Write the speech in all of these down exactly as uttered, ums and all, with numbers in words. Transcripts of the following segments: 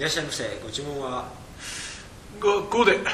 いらっしゃいませ。ご注文はご、ごで。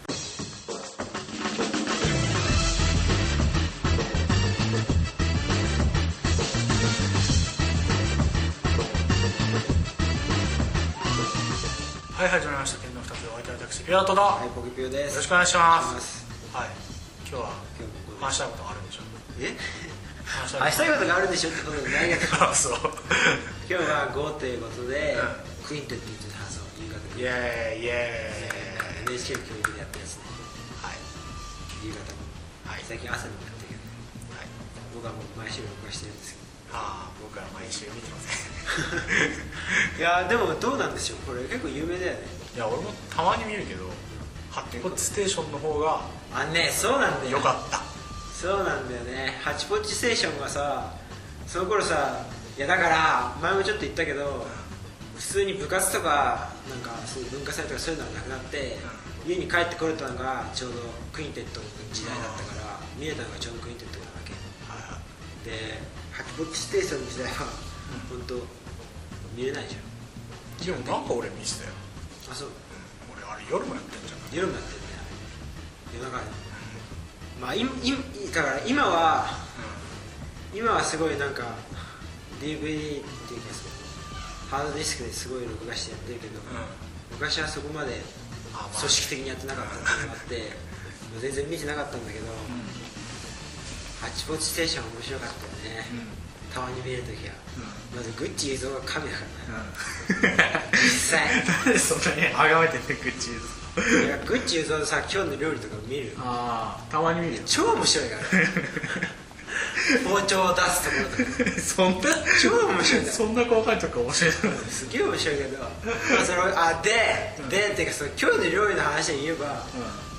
はい、始まりました。剣の二つでお相手は私ピラトだ。 はい、ポケピオです。 よろしくお願いします。はい、今日は話したいことがあるんでしょ。 え話話したいことがあるんでしょってことでないけどあ、そう今日はごということで、うん、クインテットって言ってたはずを夕方イエーイイエーイエヌエイチケー の教育でやってるやつね。はい、夕方に、はい、最近朝にもやってるけど、はい、僕はもう毎週録画してるんですけど、 ああ、僕は毎週見てませんいやでもどうなんでしょう、これ結構有名だよね。 いや俺もたまに見るけど、ハッチポッチステーションの方があね、そうなんだよ、 よかった。 そうなんだよね。ハッチポッチステーションがさ、その頃さ、いやだから前もちょっと言ったけど、普通に部活とかなんかそういう文化祭とかそういうのがなくなって、家に帰ってこれたのがちょうどクインテットの時代だったから、見れたのがちょうどクインテットなわけで、ハッチポッチステーションの時代は本当見れないじゃん。 でもなんか俺見せたよ。 あ、そう、 俺あれ夜もやってんじゃん。 夜もやってるね、夜中で。まあ、いいだから今は、うん、今はすごいなんか ディーブイディー っていうかハードディスクですごい録画してやってるけど、うん、昔はそこまで組織的にやってなかったっていうのがあって、まあ、全然見てなかったんだけど、うん、ハッチポッチステーション面白かったよね、うん、たまに見るときは、うん、まずグッチ映像が神だからね、うん、実際なんでそんなにあがめてね、グッチ映像。 いやグッチ映像でさ、今日の料理とか見る。 ああ、たまに見るよ。超面白いから包丁を出すところとかそんな超面白いんだよ。 そんな細かいとこ面白いすげえ面白いけど、まあ、それあで、うん、でっていうかその今日の料理の話で言えば、うん、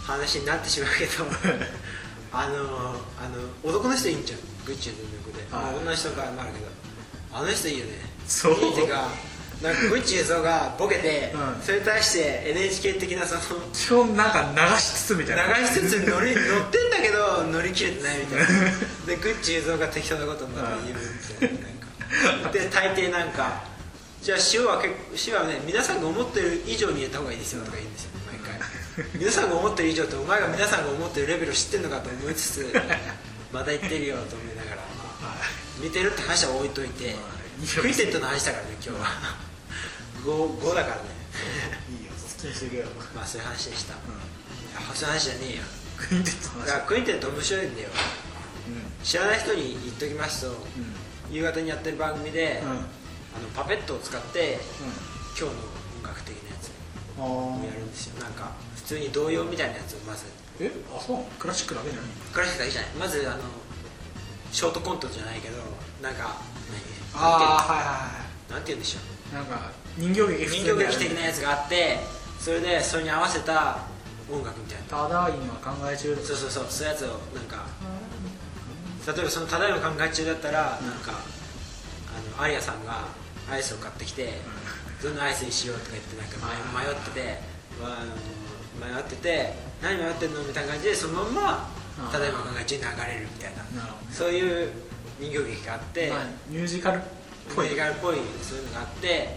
話になってしまうけどあのあの男の人いいんじゃん、グッチの横で、まあ、女の人からもあるけど、あの人いいよね。 そういいっていうか、なんかグッチ映像がボケて、うん、それに対して エヌエイチケー 的なその基本なんか流しつつみたいな、 流しつつ乗り乗ってんだけど乗り切れてないみたいなでグッチ映像が適当なことになって言うみたいな、なんかで大抵なんかじゃあ塩は結構塩はね、皆さんが思ってる以上に入れた方がいいですよとか言うんですよ、毎回皆さんが思ってる以上ってお前が皆さんが思ってるレベルを知ってんのかと思いつつまた言ってるよと思いながら、まあ、見てるって話は置いといて、クインテットの話だからね今日はご, ごだからねいいよ、好きにしてくれよ。 まあそういう話でした、うん、いやそういう話じゃねえよ。 クインテットの話。いやクインテット面白いんだよ、うん、知らない人に言っときますと、うん、夕方にやってる番組で、うん、あのパペットを使って、うん、今日の音楽的なやつをやるんですよ。なんか普通に童謡みたいなやつをまず、 え、あ、そう、クラシックだけじゃない。 クラシックだけじゃない、まずあのショートコントじゃないけど、なんか何、ああ、はいはいはい、 なんて言うんでしょう、 なんか人形劇人形劇的なやつがあって、それでそれに合わせた音楽みたいな、 ただ今考え中とか、 そうそうそう、そういうやつをなんか、例えばそのただいま考え中だったら、なんかあのアリアさんがアイスを買ってきて、どのアイスにしようとか言ってなんか迷迷ってて、あの迷ってて何迷ってんのみたいな感じで、そのままただいま考え中に流れるみたいな、そういう人形劇があって、 まあ、ミュージカルミュージカルっぽいそういうのがあって、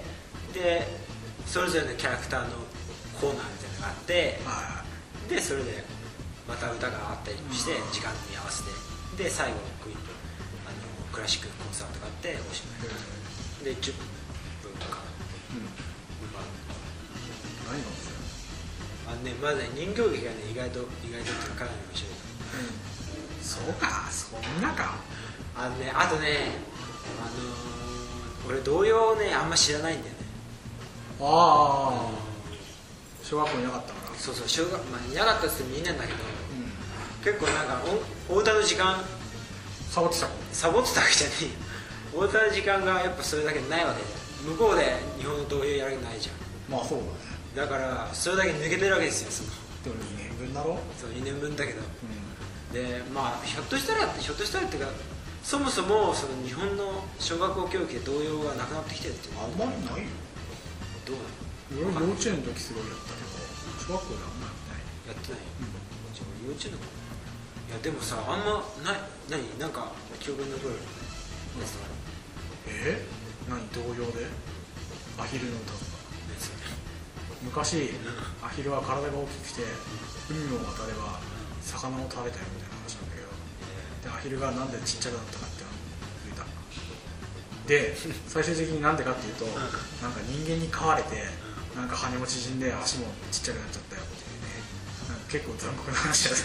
でそれぞれのキャラクターのコーナーみたいなのがあって、でそれでまた歌があったりして、時間に合わせて、で最後クイーンとあのクラシックのコンサートがあっておしまいでじゅっぷんとか、うん、 何が面白いあのね、まずね、人形劇がね、意外と意外とっていうかかなり面白い、 うん、そうか、そんなか。 あのね、あとね、あのー、俺童謡をねあんま知らないんだよね。 ああ、小学校いなかったから。 そうそう、小学、まあ、いなかったっつってもいいんだけど、うん、結構なんかおお歌の時間サボってたサボってたわけじゃねえよ。お歌の時間がやっぱそれだけないわけで、向こうで日本の童謡やる気ないじゃん。 まあそうだね。 だからそれだけ抜けてるわけですよ、その。 でもにねんぶんだろ。 そう、にねんぶんだけど、うん、でまあひょっとしたらひょっとしたらっていうか、そもそもその日本の小学校教育で童謡がなくなってきてるっていう。 あんまりないよ。 どうなの？俺幼稚園の時すごいやったけど、小学校であんまりやってない。やってない。うん、じゃあ幼稚園の子。いやでもさ、あんまない、何なんか記憶に残るやつとか。 え？何童謡で？アヒルの歌とか。 何それ？ 昔アヒルは体が大きくて海を渡れば魚を食べたよみたいな話なんだけど、でアヒルがなんでちっちゃくなったかって言ったで、最終的になんでかっていうと、なんか人間に飼われてなんか羽も縮んで足もちっちゃくなっちゃったよっていうね、なんか結構残酷な話だ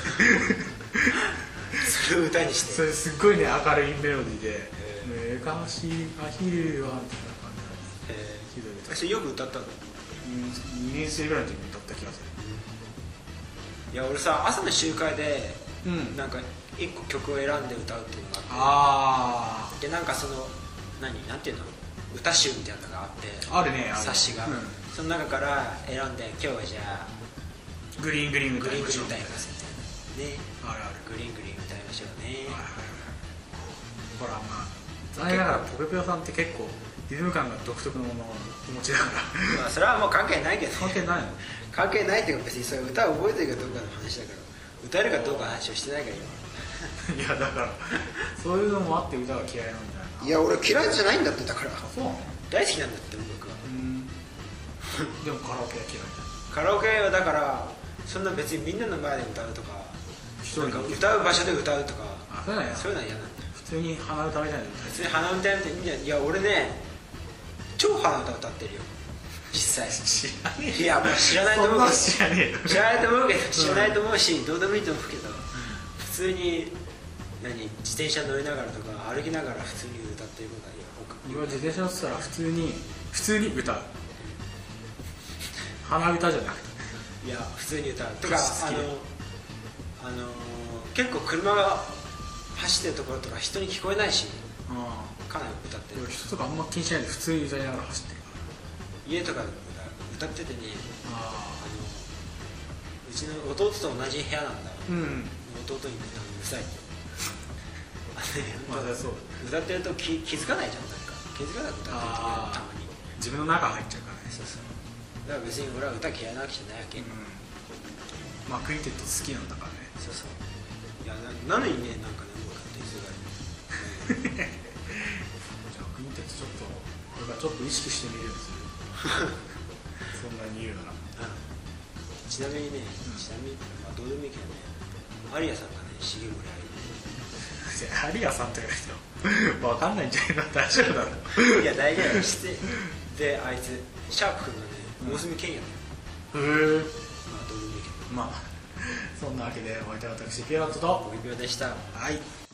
それを歌にしてそれすっごいね明るいメロディーで「昔アヒルは」みたいな感じなんです。ひどい歌。 それよく歌ったの？ にねん生ぐらいの時に歌った気がする。 いや俺さ朝の集会で、うん、なんか一個曲を選んで歌うっていうのがあって、あでなんかその何なんていうの歌集みたいなのがあってあるね、 冊子が、うん、その中から選んで今日はじゃあグリーングリーングリーングリーン歌いますみたいなね、 あるあるグリーングリーン歌いましょうね。 ほらまあ残念ながらポペポヨさんって結構リズム感が独特のものをお持ちだからまあそれはもう関係ないけど、ね、 関係ないの関係ないっていうか別にそれ歌を覚えてるかどうかの話だから歌えるかどうかの話をしてないから今いやだからそういうのもあって歌が嫌いなんじゃないか。 いや俺嫌いじゃないんだってだからそうなの大好きなんだって音楽は。うんでもカラオケは嫌いだ。 カラオケはだからそんな別にみんなの前で歌うとかなんか歌う場所で歌うとかあそういうのはそういうのは嫌なんだよ。 普通に鼻歌みたいな普通に鼻歌みたいないいんじゃない。いや俺ね超鼻歌歌ってるよ実際。 知らねえ。いやもう知らないと思うけど知らねえ知らないと思うけど知らないと思うし、どうでもいいと思うけど、普通に何自転車乗りながらとか歩きながら普通に歌ってることはいや今自転車乗ってたら普通に普通に歌う鼻歌じゃなくていや普通に歌うとかあのあの結構車が走ってるところとか人に聞こえないしかなり歌ってる。 人とかあんま気にしないで普通に歌いながら走ってるから家とかで歌っててね、ああのうちの弟と同じ部屋なんだ、うん、弟にねうるさいってまあそう歌ってると 気, 気づかないじゃん。なんか気づかなく歌ってるとたまに自分の中入っちゃうからね。 そうそうだから別に俺は歌嫌いなわけじゃないわけ、うん、 まあクインテット好きなんだからね。そうそういや な, なのにねなんかね音楽ってすごいじゃあクインテットちょっとこれからちょっと意識してみるようにするそんなに言うなら、うん、 ちなみにね、うん、ちなみに、まあ、どうでもいいけどね有谷さんがね重森有有谷さんとか言う人分かんないんじゃないの大丈夫だろいや大丈夫してであいつシャープ君がね大隅健也だよ。へえまあどうでもいいけどまあそんなわけでお相手は私ピアノットとボキピアでした。 はい。